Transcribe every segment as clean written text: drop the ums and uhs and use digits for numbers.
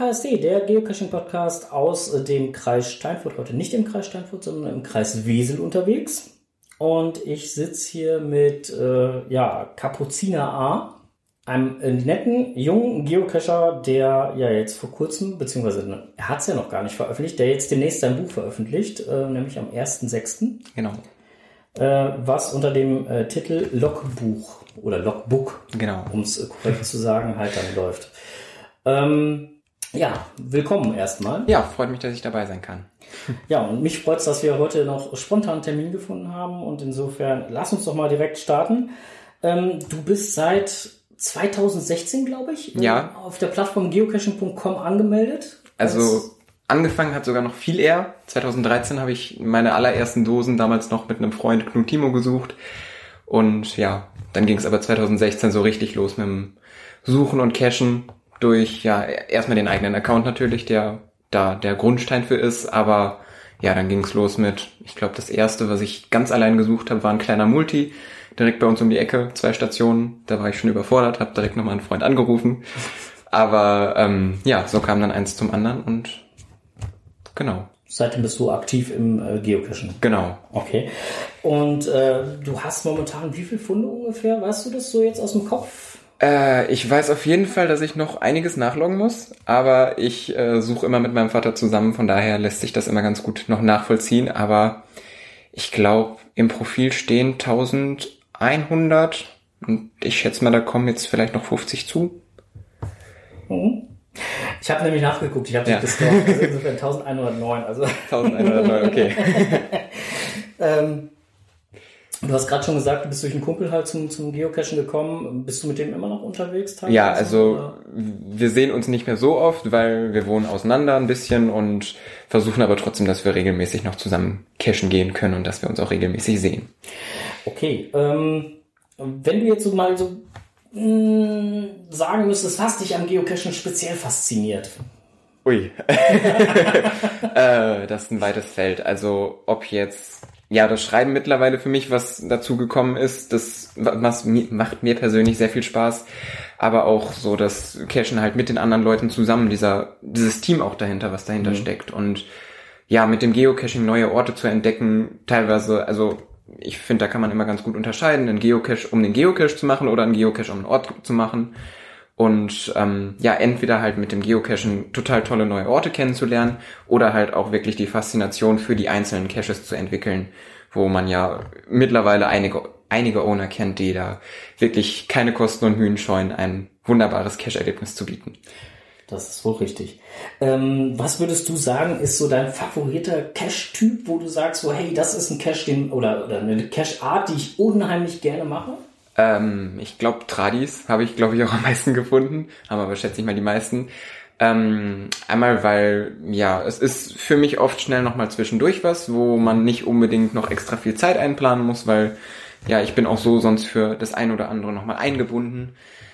KSD, der Geocaching-Podcast aus dem Kreis Steinfurt, heute nicht im Kreis Steinfurt, sondern im Kreis Wesel unterwegs. Und ich sitze hier mit Kapuziner A., einem netten, jungen Geocacher, der ja jetzt vor kurzem, beziehungsweise er hat es ja noch gar nicht veröffentlicht, der jetzt demnächst sein Buch veröffentlicht, nämlich am 1.6. Genau. Was unter dem Titel Logbuch oder Logbook, genau, um es korrekt zu sagen, halt dann läuft. Willkommen erstmal. Ja, freut mich, dass ich dabei sein kann. Ja, und mich freut es, dass wir heute noch spontan einen Termin gefunden haben und insofern lass uns doch mal direkt starten. Du bist seit 2016, glaube ich, auf der Plattform geocaching.com angemeldet. Also angefangen hat sogar noch viel eher. 2013 habe ich meine allerersten Dosen damals noch mit einem Freund Knut Timo gesucht. Und ja, dann ging es aber 2016 so richtig los mit dem Suchen und Cachen durch, erstmal den eigenen Account natürlich, der da der Grundstein für ist. Aber ja, dann ging es los mit, ich glaube, das erste, was ich ganz allein gesucht habe, war ein kleiner Multi. Direkt bei uns um die Ecke, 2 Stationen. Da war ich schon überfordert, habe direkt nochmal einen Freund angerufen. Aber so kam dann eins zum anderen und genau. Seitdem bist du aktiv im Geocachen. Genau. Okay. Und du hast momentan wie viele Funde ungefähr? Weißt du das so jetzt aus dem Kopf? Ich weiß auf jeden Fall, dass ich noch einiges nachloggen muss, aber ich suche immer mit meinem Vater zusammen, von daher lässt sich das immer ganz gut noch nachvollziehen, aber ich glaube, im Profil stehen 1100 und ich schätze mal, da kommen jetzt vielleicht noch 50 zu. Mhm. Ich habe nämlich nachgeguckt, ich habe dich gestalkt, also insofern 1109. Also 1109, okay. Du hast gerade schon gesagt, du bist durch einen Kumpel halt zum Geocachen gekommen. Bist du mit dem immer noch unterwegs? Ja, also wir sehen uns nicht mehr so oft, weil wir wohnen auseinander ein bisschen und versuchen aber trotzdem, dass wir regelmäßig noch zusammen cachen gehen können und dass wir uns auch regelmäßig sehen. Okay, wenn du jetzt so mal so sagen müsstest, was dich am Geocachen speziell fasziniert? Ui, das ist ein weites Feld. Also ob jetzt... Ja, das Schreiben mittlerweile für mich, was dazu gekommen ist, macht mir persönlich sehr viel Spaß. Aber auch so das Cachen halt mit den anderen Leuten zusammen, dieses Team auch dahinter, was dahinter steckt. Und ja, mit dem Geocaching neue Orte zu entdecken, teilweise, also ich finde, da kann man immer ganz gut unterscheiden, einen Geocache, um den Geocache zu machen oder einen Geocache, um einen Ort zu machen. Und entweder halt mit dem Geocachen total tolle neue Orte kennenzulernen oder halt auch wirklich die Faszination für die einzelnen Caches zu entwickeln, wo man ja mittlerweile einige Owner kennt, die da wirklich keine Kosten und Mühen scheuen, ein wunderbares Cache-Erlebnis zu bieten. Das ist wohl richtig. Was würdest du sagen, ist so dein favoriter Cache-Typ, wo du sagst, so hey, das ist ein Cache, oder eine Cache-Art, die ich unheimlich gerne mache? Ich glaube, Tradis habe ich, glaube ich, auch am meisten gefunden. Haben aber, schätze ich mal, die meisten. Einmal, weil, es ist für mich oft schnell nochmal zwischendurch was, wo man nicht unbedingt noch extra viel Zeit einplanen muss, weil, ich bin auch so sonst für das ein oder andere nochmal eingebunden.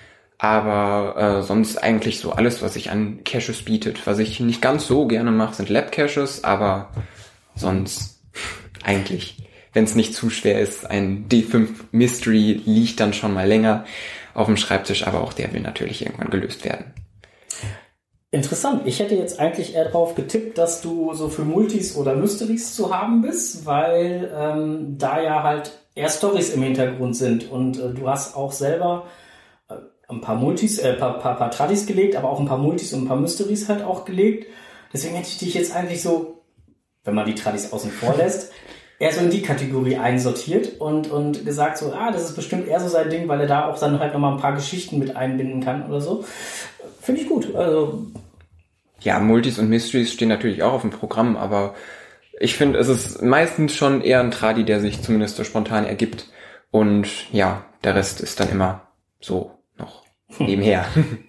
Aber sonst eigentlich so alles, was sich an Caches bietet. Was ich nicht ganz so gerne mache, sind Lab-Caches, aber sonst eigentlich... Wenn es nicht zu schwer ist, ein D5 Mystery liegt dann schon mal länger auf dem Schreibtisch, aber auch der will natürlich irgendwann gelöst werden. Interessant. Ich hätte jetzt eigentlich eher drauf getippt, dass du so für Multis oder Mysteries zu haben bist, weil da ja halt eher Storys im Hintergrund sind und du hast auch selber ein paar Multis, paar Tradis gelegt, aber auch ein paar Multis und ein paar Mysteries halt auch gelegt. Deswegen hätte ich dich jetzt eigentlich so, wenn man die Tradis außen vor lässt, eher so in die Kategorie einsortiert und gesagt so, das ist bestimmt eher so sein Ding, weil er da auch dann halt nochmal ein paar Geschichten mit einbinden kann oder so. Finde ich gut. Also ja, Multis und Mysteries stehen natürlich auch auf dem Programm, aber ich finde, es ist meistens schon eher ein Tradi, der sich zumindest so spontan ergibt. Und ja, der Rest ist dann immer so noch nebenher.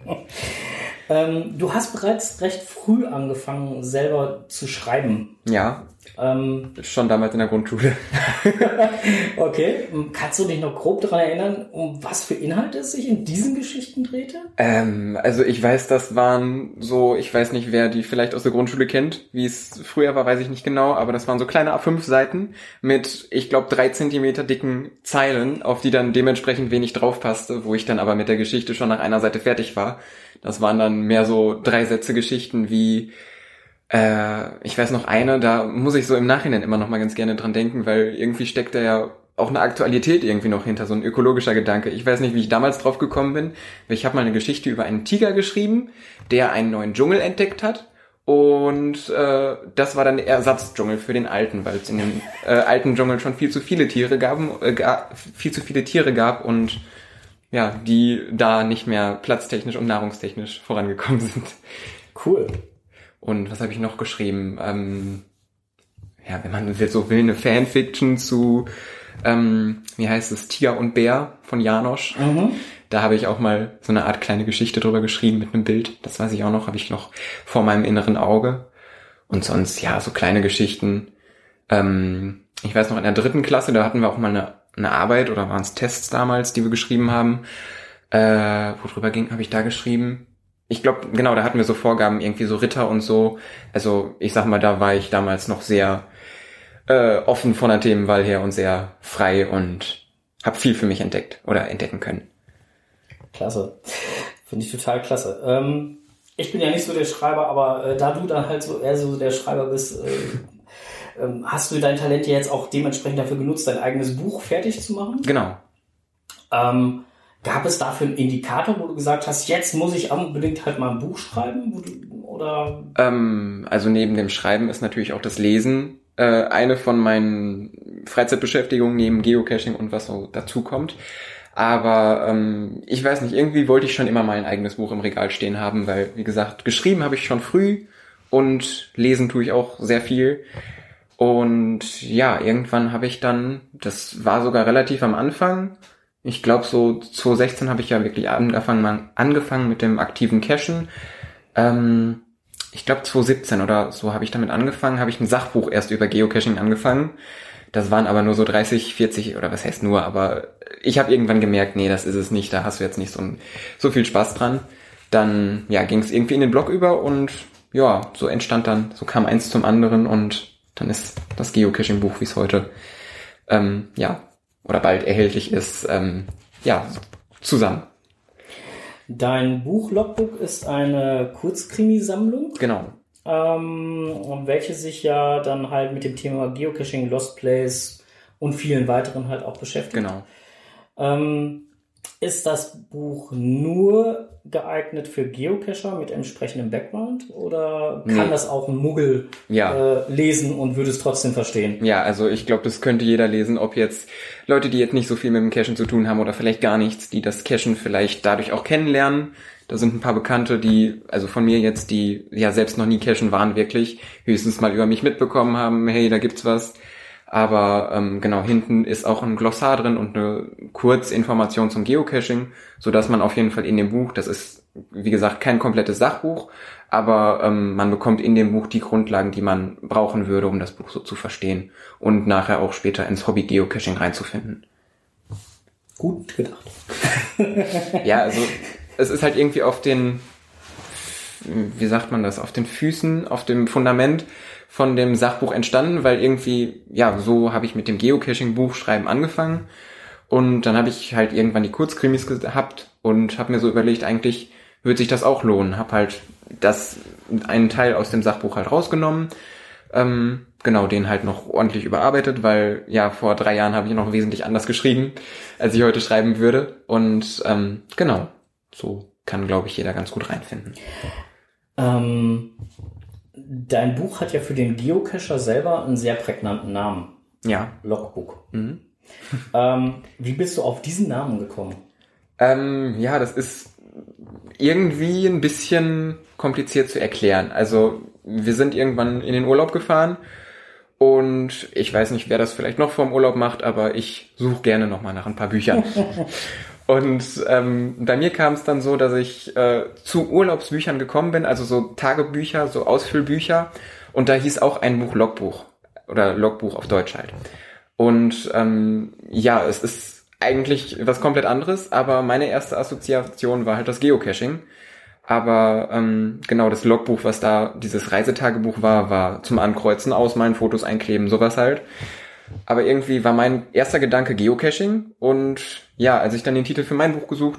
Du hast bereits recht früh angefangen, selber zu schreiben. Ja, schon damals in der Grundschule. Okay, kannst du dich noch grob daran erinnern, um was für Inhalte es sich in diesen Geschichten drehte? Also ich weiß, das waren so, ich weiß nicht, wer die vielleicht aus der Grundschule kennt, wie es früher war, weiß ich nicht genau, aber das waren so kleine A5 Seiten mit, ich glaube, 3 Zentimeter dicken Zeilen, auf die dann dementsprechend wenig drauf passte, wo ich dann aber mit der Geschichte schon nach einer Seite fertig war. Das waren dann mehr so 3-Sätze-Geschichten wie, ich weiß noch eine, da muss ich so im Nachhinein immer noch mal ganz gerne dran denken, weil irgendwie steckt da ja auch eine Aktualität irgendwie noch hinter, so ein ökologischer Gedanke. Ich weiß nicht, wie ich damals drauf gekommen bin, weil ich habe mal eine Geschichte über einen Tiger geschrieben, der einen neuen Dschungel entdeckt hat. Und das war dann der Ersatzdschungel für den alten, weil es in dem alten Dschungel schon viel zu viele Tiere gab und ja, die da nicht mehr platztechnisch und nahrungstechnisch vorangekommen sind. Cool. Und was habe ich noch geschrieben? Ja, wenn man so will, eine Fanfiction zu wie heißt es, Tiger und Bär von Janosch. Da habe ich auch mal so eine Art kleine Geschichte drüber geschrieben mit einem Bild. Das weiß ich auch noch, habe ich noch vor meinem inneren Auge. Und sonst, ja, so kleine Geschichten. Ich weiß noch, in der 3. Klasse, da hatten wir auch mal eine Arbeit oder waren es Tests damals, die wir geschrieben haben. Worüber habe ich da geschrieben? Ich glaube, genau, da hatten wir so Vorgaben, irgendwie so Ritter und so. Also ich sag mal, da war ich damals noch sehr offen von der Themenwahl her und sehr frei und habe viel für mich entdeckt oder entdecken können. Klasse. Finde ich total klasse. Ich bin ja nicht so der Schreiber, aber da du dann halt so eher so der Schreiber bist, hast du dein Talent ja jetzt auch dementsprechend dafür genutzt, dein eigenes Buch fertig zu machen? Genau. Gab es dafür einen Indikator, wo du gesagt hast, jetzt muss ich unbedingt halt mal ein Buch schreiben? Oder? Also neben dem Schreiben ist natürlich auch das Lesen eine von meinen Freizeitbeschäftigungen neben Geocaching und was so dazu kommt. Aber ich weiß nicht, irgendwie wollte ich schon immer mal ein eigenes Buch im Regal stehen haben, weil, wie gesagt, geschrieben habe ich schon früh und lesen tue ich auch sehr viel. Und ja, irgendwann habe ich dann, das war sogar relativ am Anfang, ich glaube so 2016 habe ich ja wirklich angefangen mit dem aktiven Cachen. Ich glaube 2017 oder so habe ich damit angefangen, habe ich ein Sachbuch erst über Geocaching angefangen. Das waren aber nur so 30, 40 oder was heißt nur, aber ich habe irgendwann gemerkt, nee, das ist es nicht, da hast du jetzt nicht so viel Spaß dran. Dann ja, ging es irgendwie in den Blog über und ja, so kam eins zum anderen und dann ist das Geocaching-Buch, wie es heute oder bald erhältlich ist, zusammen. Dein Buch Logbook ist eine Kurzkrimisammlung. Genau. Welche sich ja dann halt mit dem Thema Geocaching, Lost Place und vielen weiteren halt auch beschäftigt. Genau. Ist das Buch nur geeignet für Geocacher mit entsprechendem Background oder kann das auch ein Muggel lesen und würde es trotzdem verstehen? Ja, also ich glaube, das könnte jeder lesen, ob jetzt Leute, die jetzt nicht so viel mit dem Cachen zu tun haben oder vielleicht gar nichts, die das Cachen vielleicht dadurch auch kennenlernen. Da sind ein paar Bekannte, also von mir jetzt, die ja selbst noch nie cachen waren wirklich, höchstens mal über mich mitbekommen haben, hey, da gibt's was. Aber genau, hinten ist auch ein Glossar drin und eine Kurzinformation zum Geocaching, sodass man auf jeden Fall in dem Buch, das ist, wie gesagt, kein komplettes Sachbuch, aber man bekommt in dem Buch die Grundlagen, die man brauchen würde, um das Buch so zu verstehen und nachher auch später ins Hobby Geocaching reinzufinden. Gut gedacht. Ja, also es ist halt irgendwie auf den Füßen, auf dem Fundament von dem Sachbuch entstanden, weil irgendwie, ja, so habe ich mit dem Geocaching-Buchschreiben angefangen und dann habe ich halt irgendwann die Kurzkrimis gehabt und habe mir so überlegt, eigentlich würde sich das auch lohnen. Habe halt einen Teil aus dem Sachbuch halt rausgenommen, genau, den halt noch ordentlich überarbeitet, weil ja, vor 3 Jahren habe ich noch wesentlich anders geschrieben, als ich heute schreiben würde und genau, so kann, glaube ich, jeder ganz gut reinfinden. Dein Buch hat ja für den Geocacher selber einen sehr prägnanten Namen. Ja. Logbook. Mhm. Wie bist du auf diesen Namen gekommen? Ja, das ist irgendwie ein bisschen kompliziert zu erklären. Also wir sind irgendwann in den Urlaub gefahren und ich weiß nicht, wer das vielleicht noch vorm Urlaub macht, aber ich suche gerne nochmal nach ein paar Büchern. Und bei mir kam es dann so, dass ich zu Urlaubsbüchern gekommen bin, also so Tagebücher, so Ausfüllbücher. Und da hieß auch ein Buch Logbuch oder Logbuch auf Deutsch halt. Und ja, es ist eigentlich was komplett anderes, aber meine erste Assoziation war halt das Geocaching. Aber genau, das Logbuch, was da dieses Reisetagebuch war zum Ankreuzen, Ausmalen, Fotos einkleben, sowas halt. Aber irgendwie war mein erster Gedanke Geocaching und ja, als ich dann den Titel für mein Buch gesucht habe,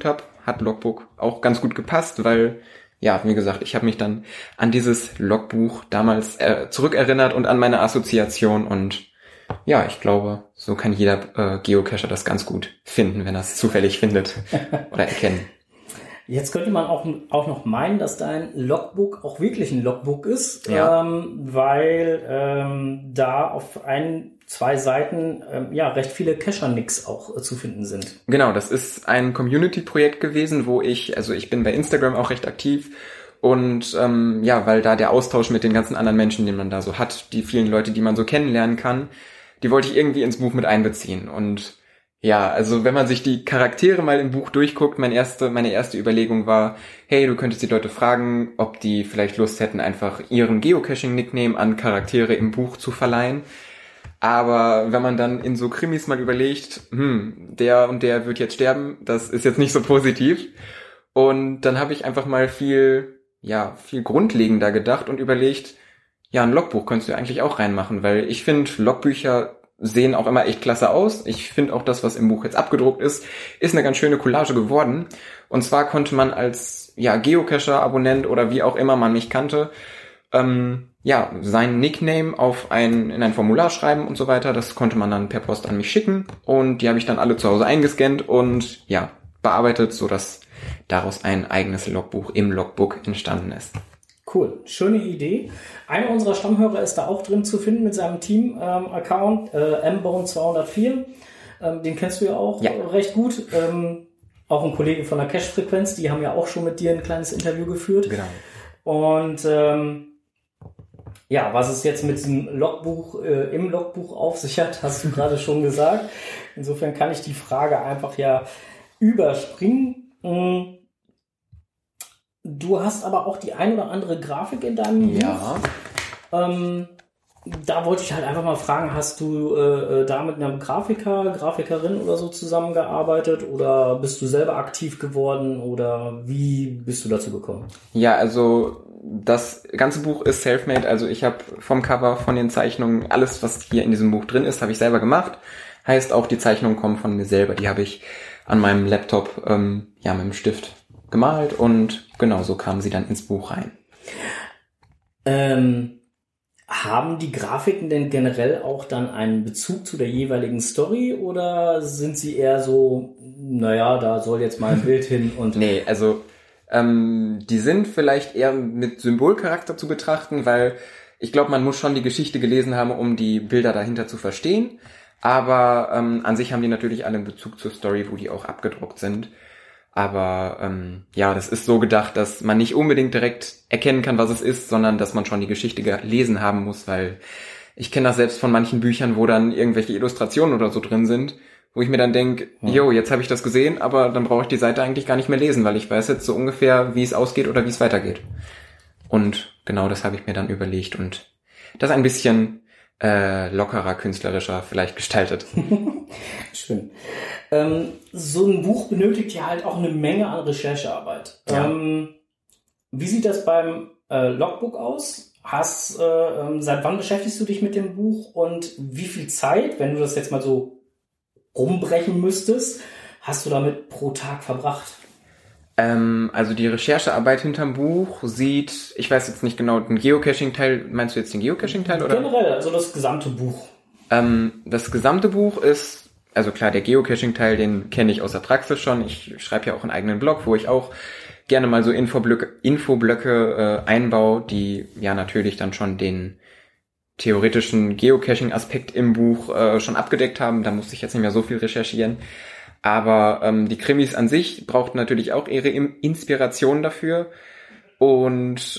hat Logbook auch ganz gut gepasst, weil, ja, wie gesagt, ich habe mich dann an dieses Logbuch damals zurückerinnert und an meine Assoziation und ja, ich glaube, so kann jeder Geocacher das ganz gut finden, wenn er es zufällig findet oder erkennen. Jetzt könnte man auch noch meinen, dass dein Logbook auch wirklich ein Logbook ist, Ja. weil da auf 2 Seiten recht viele Cacher-Nicks auch zu finden sind. Genau, das ist ein Community-Projekt gewesen, wo ich bin bei Instagram auch recht aktiv und weil da der Austausch mit den ganzen anderen Menschen, den man da so hat, die vielen Leute, die man so kennenlernen kann, die wollte ich irgendwie ins Buch mit einbeziehen und ja, also wenn man sich die Charaktere mal im Buch durchguckt, meine erste Überlegung war, hey, du könntest die Leute fragen, ob die vielleicht Lust hätten, einfach ihren Geocaching-Nickname an Charaktere im Buch zu verleihen. Aber wenn man dann in so Krimis mal überlegt, der und der wird jetzt sterben, das ist jetzt nicht so positiv. Und dann habe ich einfach mal viel grundlegender gedacht und überlegt, ja, ein Logbuch könntest du eigentlich auch reinmachen, weil ich finde, Logbücher sehen auch immer echt klasse aus. Ich finde auch das, was im Buch jetzt abgedruckt ist eine ganz schöne Collage geworden. Und zwar konnte man als Geocacher-Abonnent oder wie auch immer man mich kannte, seinen Nickname in ein Formular schreiben und so weiter. Das konnte man dann per Post an mich schicken und die habe ich dann alle zu Hause eingescannt und bearbeitet, sodass daraus ein eigenes Logbuch im Logbook entstanden ist. Cool, schöne Idee. Einer unserer Stammhörer ist da auch drin zu finden mit seinem Team-Account, mbone204. Den kennst du ja auch recht gut. Auch ein Kollege von der Cache-Frequenz, die haben ja auch schon mit dir ein kleines Interview geführt. Genau. Und was es jetzt mit diesem Logbuch im Logbuch auf sich hat, hast du gerade schon gesagt. Insofern kann ich die Frage einfach überspringen. Du hast aber auch die ein oder andere Grafik in deinem Buch. Ja. Da wollte ich halt einfach mal fragen, hast du da mit einem Grafikerin oder so zusammengearbeitet oder bist du selber aktiv geworden oder wie bist du dazu gekommen? Ja, also das ganze Buch ist self-made, also ich habe vom Cover, von den Zeichnungen, alles, was hier in diesem Buch drin ist, habe ich selber gemacht. Heißt auch, die Zeichnungen kommen von mir selber, die habe ich an meinem Laptop mit dem Stift gemalt und genau so kamen sie dann ins Buch rein. Haben die Grafiken denn generell auch dann einen Bezug zu der jeweiligen Story oder sind sie eher so, da soll jetzt mal ein Bild hin und... Nee, also die sind vielleicht eher mit Symbolcharakter zu betrachten, weil ich glaube, man muss schon die Geschichte gelesen haben, um die Bilder dahinter zu verstehen. Aber an sich haben die natürlich alle einen Bezug zur Story, wo die auch abgedruckt sind. Aber das ist so gedacht, dass man nicht unbedingt direkt erkennen kann, was es ist, sondern dass man schon die Geschichte gelesen haben muss, weil ich kenne das selbst von manchen Büchern, wo dann irgendwelche Illustrationen oder so drin sind, wo ich mir dann denke, jetzt habe ich das gesehen, aber dann brauche ich die Seite eigentlich gar nicht mehr lesen, weil ich weiß jetzt so ungefähr, wie es ausgeht oder wie es weitergeht. Und genau das habe ich mir dann überlegt und das ein bisschen lockerer, künstlerischer vielleicht gestaltet. Schön. So ein Buch benötigt ja halt auch eine Menge an Recherchearbeit. Ja. Wie sieht das beim Logbook aus? Seit wann beschäftigst du dich mit dem Buch und wie viel Zeit, wenn du das jetzt mal so rumbrechen müsstest, hast du damit pro Tag verbracht? Also die Recherchearbeit hinterm Buch sieht, ich weiß jetzt nicht genau, den Geocaching-Teil, meinst du jetzt den Geocaching-Teil oder? Generell, also das gesamte Buch. Das gesamte Buch ist, also klar, der Geocaching-Teil, den kenne ich aus der Praxis schon. Ich schreibe ja auch einen eigenen Blog, wo ich auch gerne mal so Infoblöcke einbaue, die ja natürlich dann schon den theoretischen Geocaching-Aspekt im Buch schon abgedeckt haben. Da musste ich jetzt nicht mehr so viel recherchieren. Aber die Krimis an sich brauchten natürlich auch ihre Inspiration dafür. Und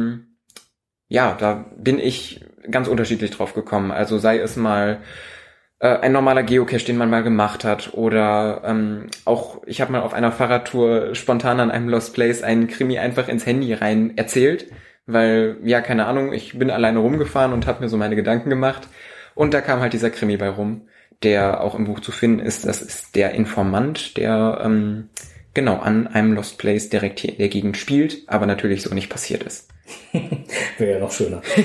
da bin ich ganz unterschiedlich drauf gekommen. Also sei es mal ein normaler Geocache, den man mal gemacht hat. Oder auch, ich habe mal auf einer Fahrradtour spontan an einem Lost Place einen Krimi einfach ins Handy rein erzählt. Weil, keine Ahnung, ich bin alleine rumgefahren und habe mir so meine Gedanken gemacht. Und da kam halt dieser Krimi bei rum, der auch im Buch zu finden ist. Das ist der Informant, der an einem Lost Place direkt hier in der Gegend spielt, aber natürlich so nicht passiert ist. Wäre ja noch schöner.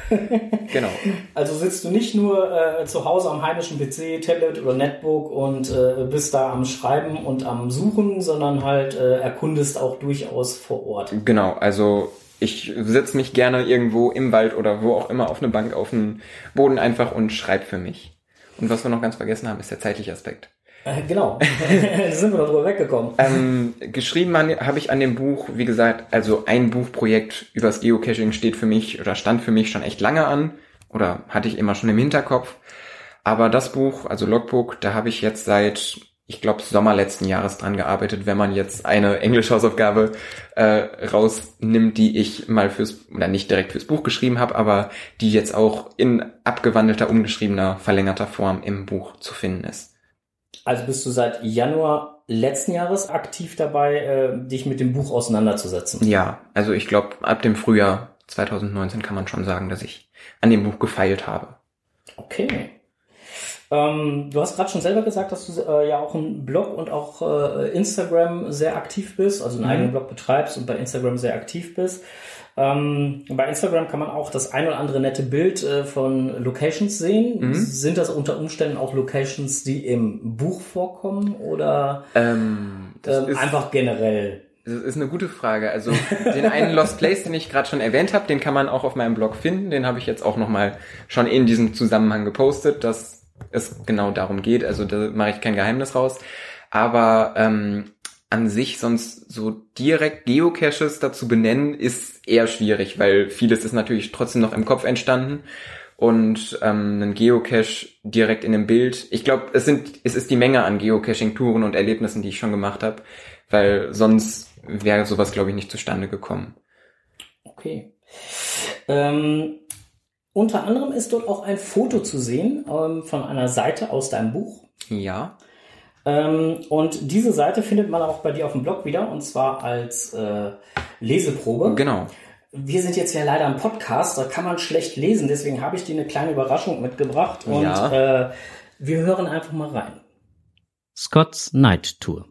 Genau. Also sitzt du nicht nur zu Hause am heimischen PC, Tablet oder Netbook und bist da am Schreiben und am Suchen, sondern halt erkundest auch durchaus vor Ort. Genau, also ich setze mich gerne irgendwo im Wald oder wo auch immer auf eine Bank, auf den Boden einfach und schreibe für mich. Und was wir noch ganz vergessen haben, ist der zeitliche Aspekt. Genau, da sind wir noch drüber weggekommen. Geschrieben habe ich an dem Buch, wie gesagt, also ein Buchprojekt übers Geocaching steht für mich oder stand für mich schon echt lange an oder hatte ich immer schon im Hinterkopf. Aber das Buch, also Logbook, da habe ich jetzt seit, ich glaube, Sommer letzten Jahres dran gearbeitet, wenn man jetzt eine Englisch-Hausaufgabe rausnimmt, die ich mal oder nicht direkt fürs Buch geschrieben habe, aber die jetzt auch in abgewandelter, umgeschriebener, verlängerter Form im Buch zu finden ist. Also bist du seit Januar letzten Jahres aktiv dabei, dich mit dem Buch auseinanderzusetzen? Ja, also ich glaube, ab dem Frühjahr 2019 kann man schon sagen, dass ich an dem Buch gefeilt habe. Okay. Du hast gerade schon selber gesagt, dass du ja auch einen Blog und auch Instagram sehr aktiv bist, also einen eigenen Blog betreibst und bei Instagram sehr aktiv bist. Bei Instagram kann man auch das ein oder andere nette Bild von Locations sehen. Sind das unter Umständen auch Locations, die im Buch vorkommen oder einfach generell? Das ist eine gute Frage. Also den einen Lost Place, den ich gerade schon erwähnt habe, den kann man auch auf meinem Blog finden. Den habe ich jetzt auch nochmal schon in diesem Zusammenhang gepostet, dass es genau darum geht. Also da mache ich kein Geheimnis raus. Aber an sich sonst so direkt Geocaches dazu benennen, ist eher schwierig, weil vieles ist natürlich trotzdem noch im Kopf entstanden. Und ein Geocache direkt in einem Bild, ich glaube, es ist die Menge an Geocaching-Touren und Erlebnissen, die ich schon gemacht habe, weil sonst wäre sowas, glaube ich, nicht zustande gekommen. Okay. Unter anderem ist dort auch ein Foto zu sehen von einer Seite aus deinem Buch. Ja. Und diese Seite findet man auch bei dir auf dem Blog wieder, und zwar als Leseprobe. Genau. Wir sind jetzt ja leider ein Podcast, da kann man schlecht lesen, deswegen habe ich dir eine kleine Überraschung mitgebracht und wir hören einfach mal rein. Scott's Night Tour.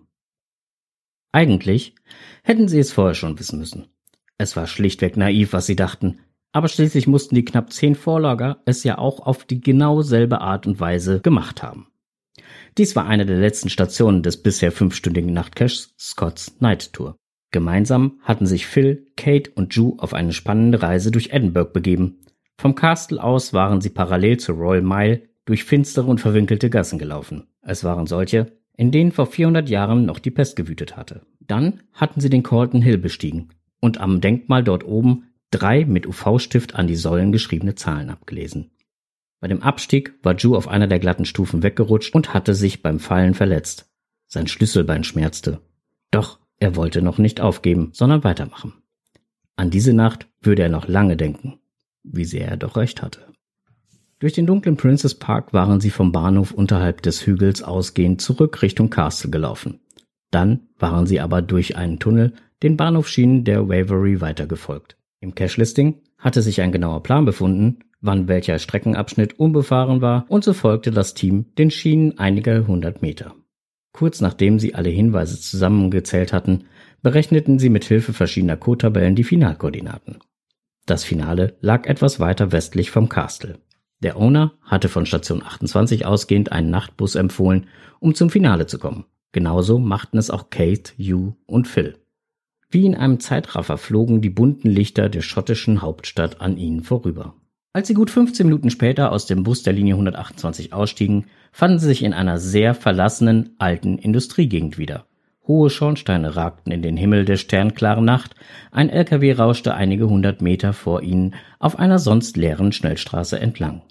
Eigentlich hätten sie es vorher schon wissen müssen. Es war schlichtweg naiv, was sie dachten, aber schließlich mussten die knapp 10 Vorlager es ja auch auf die genau selbe Art und Weise gemacht haben. Dies war eine der letzten Stationen des bisher 5-stündigen Nachtcaches Scott's Night Tour. Gemeinsam hatten sich Phil, Kate und Ju auf eine spannende Reise durch Edinburgh begeben. Vom Castle aus waren sie parallel zur Royal Mile durch finstere und verwinkelte Gassen gelaufen. Es waren solche, in denen vor 400 Jahren noch die Pest gewütet hatte. Dann hatten sie den Calton Hill bestiegen und am Denkmal dort oben 3 mit UV-Stift an die Säulen geschriebene Zahlen abgelesen. Bei dem Abstieg war Ju auf einer der glatten Stufen weggerutscht und hatte sich beim Fallen verletzt. Sein Schlüsselbein schmerzte. Doch er wollte noch nicht aufgeben, sondern weitermachen. An diese Nacht würde er noch lange denken, wie sehr er doch recht hatte. Durch den dunklen Princess Park waren sie vom Bahnhof unterhalb des Hügels ausgehend zurück Richtung Castle gelaufen. Dann waren sie aber durch einen Tunnel den Bahnhofschienen der Waverley weitergefolgt. Im Cache-Listing hatte sich ein genauer Plan befunden, wann welcher Streckenabschnitt unbefahren war, und so folgte das Team den Schienen einige 100 Meter. Kurz nachdem sie alle Hinweise zusammengezählt hatten, berechneten sie mit Hilfe verschiedener Codetabellen die Finalkoordinaten. Das Finale lag etwas weiter westlich vom Castle. Der Owner hatte von Station 28 ausgehend einen Nachtbus empfohlen, um zum Finale zu kommen. Genauso machten es auch Kate, Hugh und Phil. Wie in einem Zeitraffer flogen die bunten Lichter der schottischen Hauptstadt an ihnen vorüber. Als sie gut 15 Minuten später aus dem Bus der Linie 128 ausstiegen, fanden sie sich in einer sehr verlassenen, alten Industriegegend wieder. Hohe Schornsteine ragten in den Himmel der sternklaren Nacht, ein LKW rauschte einige 100 Meter vor ihnen auf einer sonst leeren Schnellstraße entlang.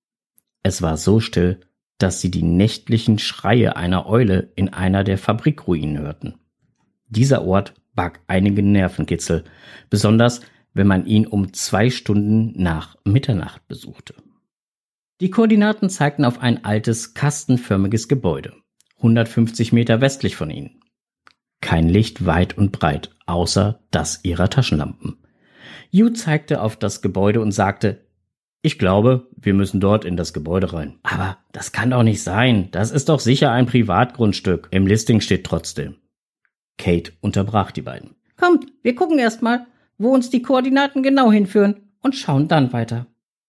Es war so still, dass sie die nächtlichen Schreie einer Eule in einer der Fabrikruinen hörten. Dieser Ort barg einige Nervenkitzel, besonders wenn man ihn um 2 Stunden nach Mitternacht besuchte. Die Koordinaten zeigten auf ein altes, kastenförmiges Gebäude, 150 Meter westlich von ihnen. Kein Licht weit und breit, außer das ihrer Taschenlampen. Hugh zeigte auf das Gebäude und sagte, »Ich glaube, wir müssen dort in das Gebäude rein.« »Aber das kann doch nicht sein, das ist doch sicher ein Privatgrundstück, im Listing steht trotzdem.« Kate unterbrach die beiden. »Kommt, wir gucken erst mal, wo uns die Koordinaten genau hinführen und schauen dann weiter.«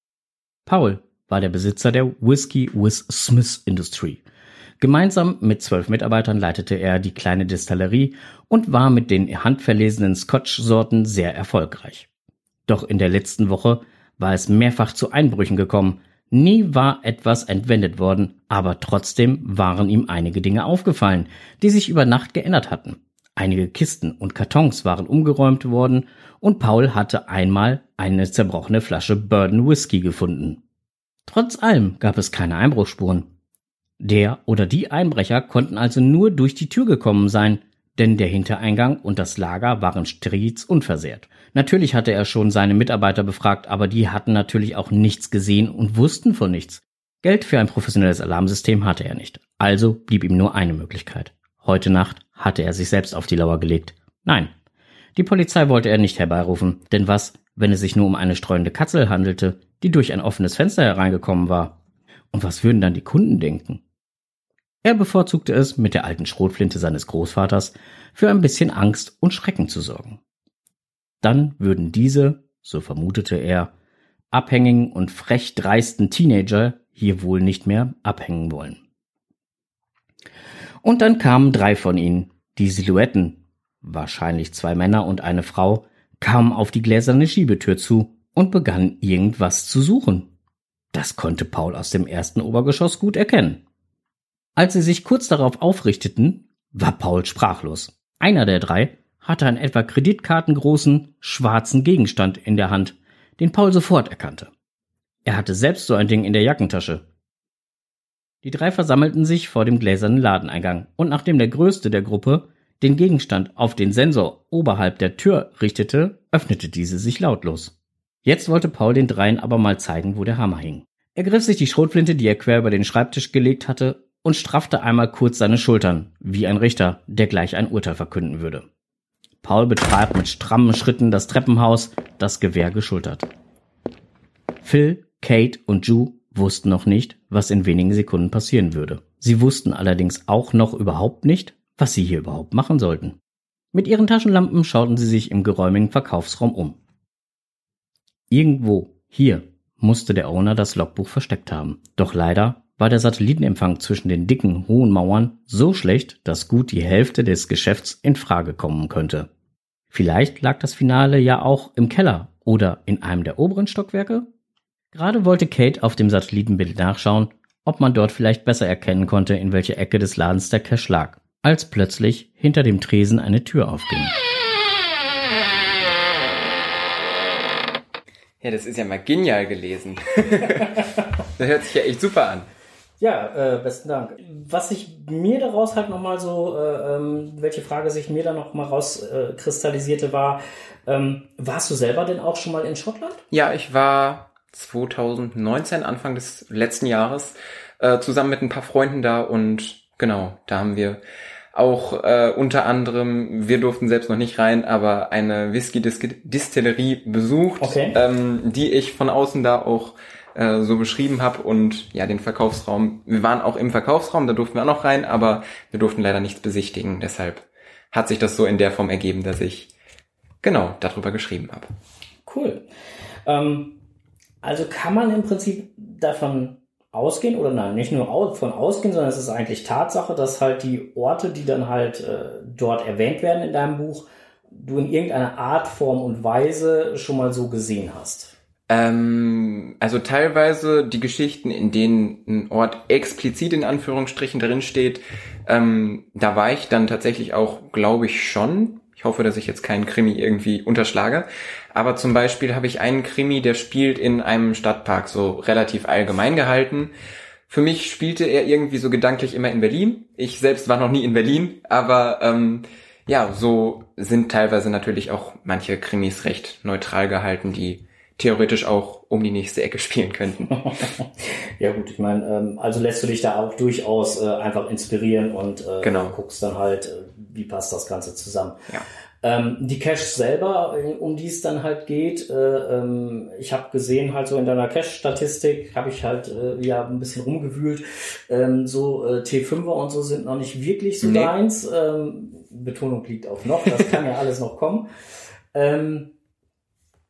Paul war der Besitzer der Whiskey with Smith Industry. Gemeinsam mit 12 Mitarbeitern leitete er die kleine Destillerie und war mit den handverlesenen Scotch-Sorten sehr erfolgreich. Doch in der letzten Woche war es mehrfach zu Einbrüchen gekommen. Nie war etwas entwendet worden, aber trotzdem waren ihm einige Dinge aufgefallen, die sich über Nacht geändert hatten. Einige Kisten und Kartons waren umgeräumt worden und Paul hatte einmal eine zerbrochene Flasche Bourbon Whisky gefunden. Trotz allem gab es keine Einbruchsspuren. Der oder die Einbrecher konnten also nur durch die Tür gekommen sein, denn der Hintereingang und das Lager waren stets unversehrt. Natürlich hatte er schon seine Mitarbeiter befragt, aber die hatten natürlich auch nichts gesehen und wussten von nichts. Geld für ein professionelles Alarmsystem hatte er nicht, also blieb ihm nur eine Möglichkeit. Heute Nacht hatte er sich selbst auf die Lauer gelegt. Nein, die Polizei wollte er nicht herbeirufen, denn was, wenn es sich nur um eine streunende Katzel handelte, die durch ein offenes Fenster hereingekommen war? Und was würden dann die Kunden denken? Er bevorzugte es, mit der alten Schrotflinte seines Großvaters für ein bisschen Angst und Schrecken zu sorgen. Dann würden diese, so vermutete er, abhängigen und frech dreisten Teenager hier wohl nicht mehr abhängen wollen. Und dann kamen 3 von ihnen, die Silhouetten, wahrscheinlich 2 Männer und eine Frau, kamen auf die gläserne Schiebetür zu und begannen irgendwas zu suchen. Das konnte Paul aus dem ersten Obergeschoss gut erkennen. Als sie sich kurz darauf aufrichteten, war Paul sprachlos. Einer der 3 hatte einen etwa kreditkartengroßen, schwarzen Gegenstand in der Hand, den Paul sofort erkannte. Er hatte selbst so ein Ding in der Jackentasche. Die 3 versammelten sich vor dem gläsernen Ladeneingang, und nachdem der Größte der Gruppe den Gegenstand auf den Sensor oberhalb der Tür richtete, öffnete diese sich lautlos. Jetzt wollte Paul den 3 aber mal zeigen, wo der Hammer hing. Er griff sich die Schrotflinte, die er quer über den Schreibtisch gelegt hatte, und straffte einmal kurz seine Schultern, wie ein Richter, der gleich ein Urteil verkünden würde. Paul betrat mit strammen Schritten das Treppenhaus, das Gewehr geschultert. Phil, Kate und Ju wussten noch nicht, was in wenigen Sekunden passieren würde. Sie wussten allerdings auch noch überhaupt nicht, was sie hier überhaupt machen sollten. Mit ihren Taschenlampen schauten sie sich im geräumigen Verkaufsraum um. Irgendwo, hier, musste der Owner das Logbuch versteckt haben. Doch leider war der Satellitenempfang zwischen den dicken, hohen Mauern so schlecht, dass gut die Hälfte des Geschäfts in Frage kommen könnte. Vielleicht lag das Finale ja auch im Keller oder in einem der oberen Stockwerke? Gerade wollte Kate auf dem Satellitenbild nachschauen, ob man dort vielleicht besser erkennen konnte, in welcher Ecke des Ladens der Cash lag, als plötzlich hinter dem Tresen eine Tür aufging. Ja, das ist ja mal genial gelesen. Das hört sich ja echt super an. Ja, besten Dank. Was sich mir daraus halt nochmal so, welche Frage sich mir da nochmal rauskristallisierte war, warst du selber denn auch schon mal in Schottland? Ja, ich war 2019, Anfang des letzten Jahres, zusammen mit ein paar Freunden da und genau, da haben wir auch unter anderem, wir durften selbst noch nicht rein, aber eine Whisky-Distillerie besucht, okay. Die ich von außen da auch so beschrieben habe und ja, den Verkaufsraum. Wir waren auch im Verkaufsraum, da durften wir auch noch rein, aber wir durften leider nichts besichtigen. Deshalb hat sich das so in der Form ergeben, dass ich genau darüber geschrieben habe. Cool. Also kann man im Prinzip davon ausgehen, oder nein, nicht nur von ausgehen, sondern es ist eigentlich Tatsache, dass halt die Orte, die dann halt dort erwähnt werden in deinem Buch, du in irgendeiner Art, Form und Weise schon mal so gesehen hast. Also teilweise die Geschichten, in denen ein Ort explizit in Anführungsstrichen drin steht, da war ich dann tatsächlich auch, glaube ich, schon. Ich hoffe, dass ich jetzt keinen Krimi irgendwie unterschlage. Aber zum Beispiel habe ich einen Krimi, der spielt in einem Stadtpark, so relativ allgemein gehalten. Für mich spielte er irgendwie so gedanklich immer in Berlin. Ich selbst war noch nie in Berlin, aber ja, so sind teilweise natürlich auch manche Krimis recht neutral gehalten, die theoretisch auch um die nächste Ecke spielen könnten. Ja gut, ich meine, also lässt du dich da auch durchaus einfach inspirieren und genau. Guckst dann halt, wie passt das Ganze zusammen. Ja. Die Cache selber, um die es dann halt geht, ich habe gesehen halt so in deiner Cache-Statistik, habe ich halt ja ein bisschen rumgewühlt, so T5er und so sind noch nicht wirklich so deins. Betonung liegt auf noch, das kann ja alles noch kommen.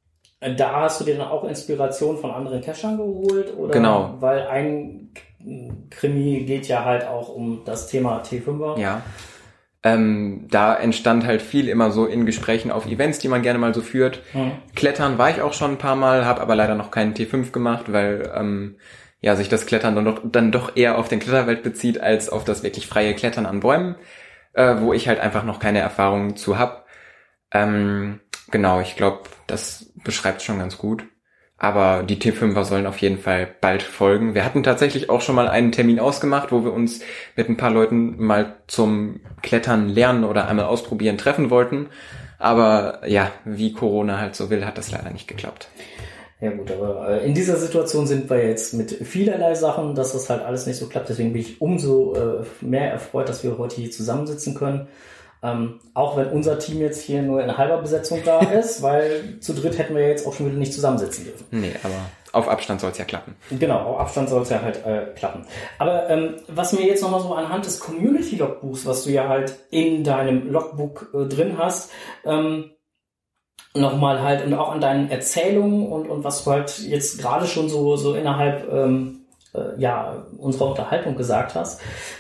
Da hast du dir dann auch Inspiration von anderen Cachern geholt? Oder? Genau. Weil ein Krimi geht ja halt auch um das Thema T5er. Ja. Da entstand halt viel immer so in Gesprächen auf Events, die man gerne mal so führt. Klettern war ich auch schon ein paar Mal, habe aber leider noch keinen T5 gemacht, weil sich das Klettern dann doch eher auf den Kletterwald bezieht, als auf das wirklich freie Klettern an Bäumen, wo ich halt einfach noch keine Erfahrung zu hab. Genau, ich glaube, das beschreibt schon ganz gut. Aber die T5er sollen auf jeden Fall bald folgen. Wir hatten tatsächlich auch schon mal einen Termin ausgemacht, wo wir uns mit ein paar Leuten mal zum Klettern lernen oder einmal ausprobieren treffen wollten. Aber ja, wie Corona halt so will, hat das leider nicht geklappt. Ja gut, aber in dieser Situation sind wir jetzt mit vielerlei Sachen, dass das halt alles nicht so klappt. Deswegen bin ich umso mehr erfreut, dass wir heute hier zusammensitzen können. Auch wenn unser Team jetzt hier nur in halber Besetzung da ist, weil zu dritt hätten wir jetzt auch schon wieder nicht zusammensitzen dürfen. Nee, aber auf Abstand soll es ja klappen. Genau, auf Abstand soll es ja halt klappen. Aber was mir jetzt nochmal so anhand des Community-Logbuchs, was du ja halt in deinem Logbook drin hast, nochmal halt und auch an deinen Erzählungen und was du halt jetzt gerade schon so innerhalb unserer Unterhaltung gesagt hast,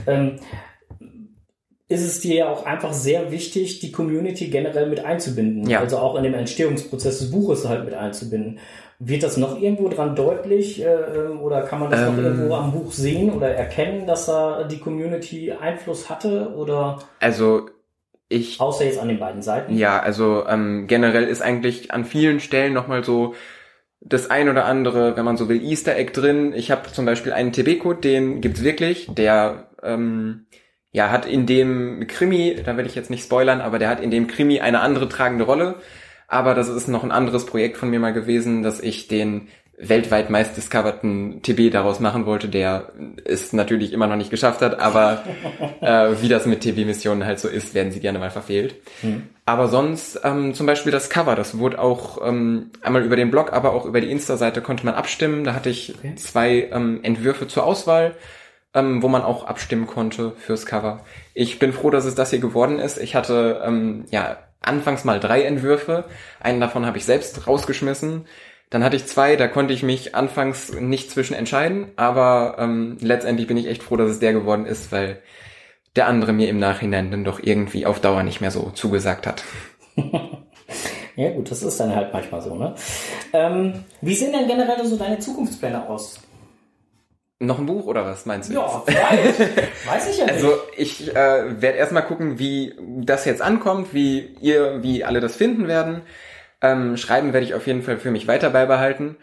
ist es dir ja auch einfach sehr wichtig, die Community generell mit einzubinden. Ja. Also auch in dem Entstehungsprozess des Buches halt mit einzubinden. Wird das noch irgendwo dran deutlich oder kann man das noch irgendwo am Buch sehen oder erkennen, dass da die Community Einfluss hatte? Oder also außer jetzt an den beiden Seiten? Ja, also generell ist eigentlich an vielen Stellen nochmal so das ein oder andere, wenn man so will, Easter Egg drin. Ich habe zum Beispiel einen TB-Code, den gibt's wirklich, der hat in dem Krimi, da will ich jetzt nicht spoilern, aber der hat in dem Krimi eine andere tragende Rolle. Aber das ist noch ein anderes Projekt von mir mal gewesen, dass ich den weltweit meist discoverten TB daraus machen wollte, der es natürlich immer noch nicht geschafft hat, aber wie das mit TB-Missionen halt so ist, werden sie gerne mal verfehlt. Aber sonst zum Beispiel das Cover, das wurde auch einmal über den Blog, aber auch über die Insta-Seite konnte man abstimmen. Da hatte ich 2 Entwürfe zur Auswahl, wo man auch abstimmen konnte fürs Cover. Ich bin froh, dass es das hier geworden ist. Ich hatte anfangs mal 3 Entwürfe. Einen davon habe ich selbst rausgeschmissen. Dann hatte ich 2, da konnte ich mich anfangs nicht zwischen entscheiden, aber letztendlich bin ich echt froh, dass es der geworden ist, weil der andere mir im Nachhinein dann doch irgendwie auf Dauer nicht mehr so zugesagt hat. Ja gut, das ist dann halt manchmal so, ne? Wie sehen denn generell so deine Zukunftspläne aus? Noch ein Buch oder was meinst du? Ja, vielleicht. Weiß ich ja nicht. Also ich werde erstmal gucken, wie das jetzt ankommt, wie alle das finden werden. Schreiben werde ich auf jeden Fall für mich weiter beibehalten.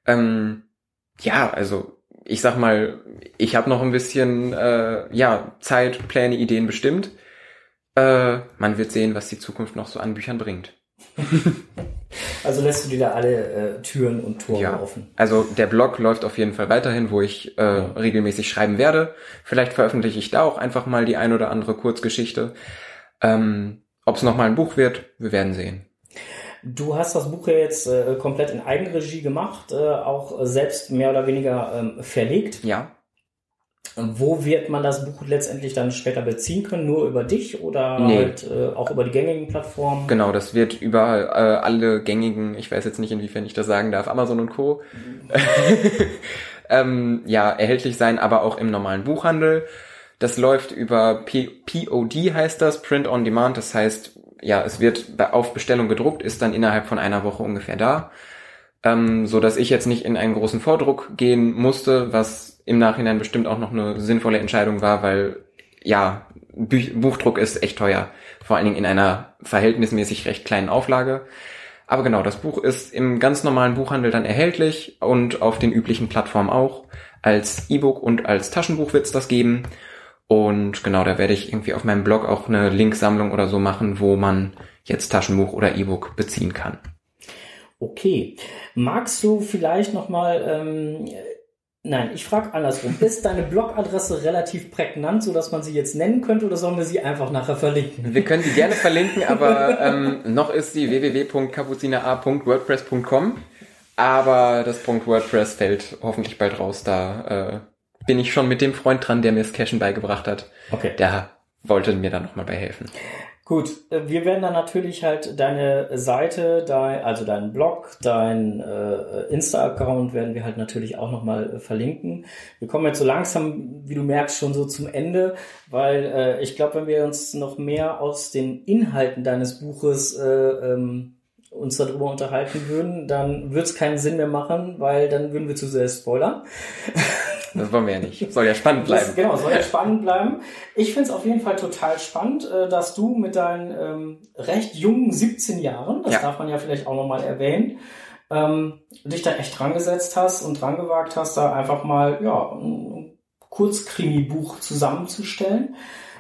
Also ich sag mal, ich habe noch ein bisschen Zeit, Pläne, Ideen bestimmt. Man wird sehen, was die Zukunft noch so an Büchern bringt. Also lässt du dir da alle Türen und Tore offen? Also der Blog läuft auf jeden Fall weiterhin, wo ich regelmäßig schreiben werde. Vielleicht veröffentliche ich da auch einfach mal die ein oder andere Kurzgeschichte. Ob es nochmal ein Buch wird, wir werden sehen. Du hast das Buch ja jetzt komplett in Eigenregie gemacht, auch selbst mehr oder weniger verlegt. Ja. Wo wird man das Buch letztendlich dann später beziehen können? Nur über dich oder halt auch über die gängigen Plattformen? Genau, das wird über alle gängigen, ich weiß jetzt nicht, inwiefern ich das sagen darf, Amazon und Co. Erhältlich sein, aber auch im normalen Buchhandel. Das läuft über POD heißt das, Print on Demand, das heißt, es wird auf Bestellung gedruckt, ist dann innerhalb von einer Woche ungefähr da, so dass ich jetzt nicht in einen großen Vordruck gehen musste, was im Nachhinein bestimmt auch noch eine sinnvolle Entscheidung war, weil Buchdruck ist echt teuer, vor allen Dingen in einer verhältnismäßig recht kleinen Auflage. Aber genau, das Buch ist im ganz normalen Buchhandel dann erhältlich und auf den üblichen Plattformen auch. Als E-Book und als Taschenbuch wird es das geben. Und genau, da werde ich irgendwie auf meinem Blog auch eine Linksammlung oder so machen, wo man jetzt Taschenbuch oder E-Book beziehen kann. Okay. Magst du vielleicht nochmal, nein, ich frage andersrum. Ist deine Blogadresse relativ prägnant, sodass man sie jetzt nennen könnte, oder sollen wir sie einfach nachher verlinken? Wir können sie gerne verlinken, aber noch ist sie www.kapuzinera.wordpress.com. Aber das .wordpress fällt hoffentlich bald raus, da bin ich schon mit dem Freund dran, der mir das Cashen beigebracht hat. Okay. Der wollte mir da nochmal bei helfen. Gut, wir werden dann natürlich halt deine Seite, also deinen Blog, dein Insta-Account werden wir halt natürlich auch nochmal verlinken. Wir kommen jetzt so langsam, wie du merkst, schon so zum Ende, weil ich glaube, wenn wir uns noch mehr aus den Inhalten deines Buches uns darüber unterhalten würden, dann würde es keinen Sinn mehr machen, weil dann würden wir zu sehr spoilern. Das wollen wir ja nicht. Soll ja spannend bleiben. Soll ja spannend bleiben. Ich finde es auf jeden Fall total spannend, dass du mit deinen recht jungen 17 Jahren, das darf man ja vielleicht auch nochmal erwähnen, dich da echt dran gesetzt hast und dran gewagt hast, da einfach mal ein Kurzkrimi-Buch zusammenzustellen.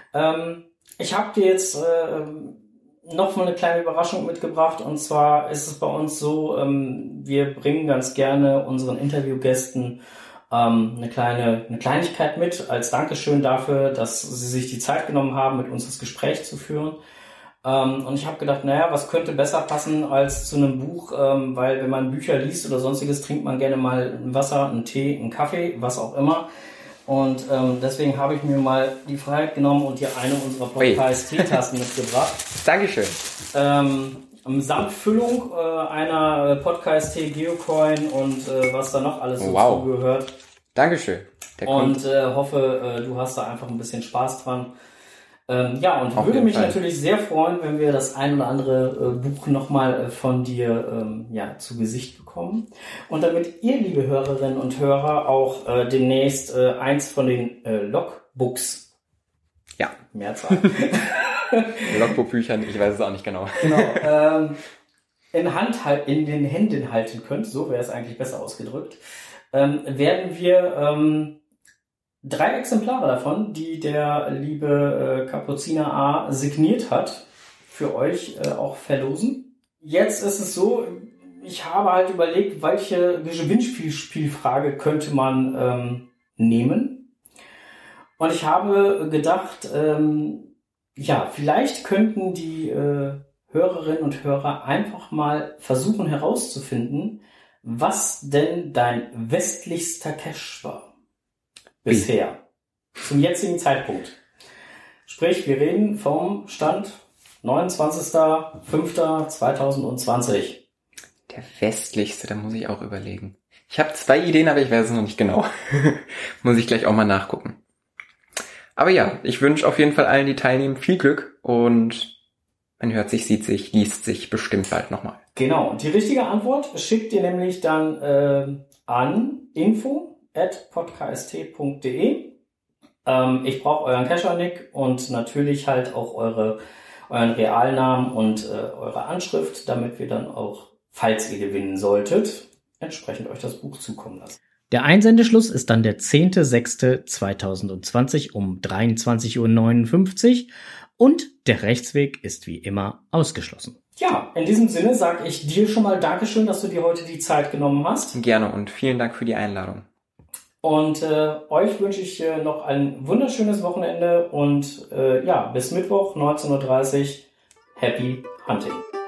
Ich habe dir jetzt noch mal eine kleine Überraschung mitgebracht, und zwar ist es bei uns so, wir bringen ganz gerne unseren Interviewgästen eine Kleinigkeit mit als Dankeschön dafür, dass sie sich die Zeit genommen haben, mit uns das Gespräch zu führen. Und ich habe gedacht, was könnte besser passen als zu einem Buch, weil wenn man Bücher liest oder sonstiges, trinkt man gerne mal ein Wasser, einen Tee, einen Kaffee, was auch immer. Und deswegen habe ich mir mal die Freiheit genommen und dir eine unserer Podcast-Teetassen mitgebracht. Dankeschön. Samt Füllung einer Podcast-Tee, Geocoin und was da noch alles so zugehört. Dankeschön. Und hoffe, du hast da einfach ein bisschen Spaß dran. Und würde mich natürlich sehr freuen, wenn wir das ein oder andere Buch nochmal von dir zu Gesicht bekommen. Und damit ihr, liebe Hörerinnen und Hörer, auch demnächst eins von den Logbooks, Mehrzahl, Logbuchbüchern, ich weiß es auch nicht genau. Genau, in den Händen halten könnt, so wäre es eigentlich besser ausgedrückt, werden wir 3 Exemplare davon, die der liebe Kapuziner A signiert hat, für euch auch verlosen. Jetzt ist es so, ich habe halt überlegt, welche Gewinnspielfrage könnte man nehmen. Und ich habe gedacht, vielleicht könnten die Hörerinnen und Hörer einfach mal versuchen herauszufinden, was denn dein westlichster Cache war. Bisher. Zum jetzigen Zeitpunkt. Sprich, wir reden vom Stand 29.05.2020. Der westlichste, da muss ich auch überlegen. Ich habe 2 Ideen, aber ich weiß es noch nicht genau. Muss ich gleich auch mal nachgucken. Aber ja, ich wünsche auf jeden Fall allen, die teilnehmen, viel Glück und man hört sich, sieht sich, liest sich bestimmt bald nochmal. Genau, und die richtige Antwort schickt ihr nämlich dann an info@podcast.de. Ich brauche euren Cacher-Nick und natürlich halt auch euren Realnamen und eure Anschrift, damit wir dann auch, falls ihr gewinnen solltet, entsprechend euch das Buch zukommen lassen. Der Einsendeschluss ist dann der 10.06.2020 um 23:59 Uhr und der Rechtsweg ist wie immer ausgeschlossen. Ja, in diesem Sinne sage ich dir schon mal Dankeschön, dass du dir heute die Zeit genommen hast. Gerne und vielen Dank für die Einladung. Und euch wünsche ich noch ein wunderschönes Wochenende und bis Mittwoch 19:30 Uhr. Happy Hunting.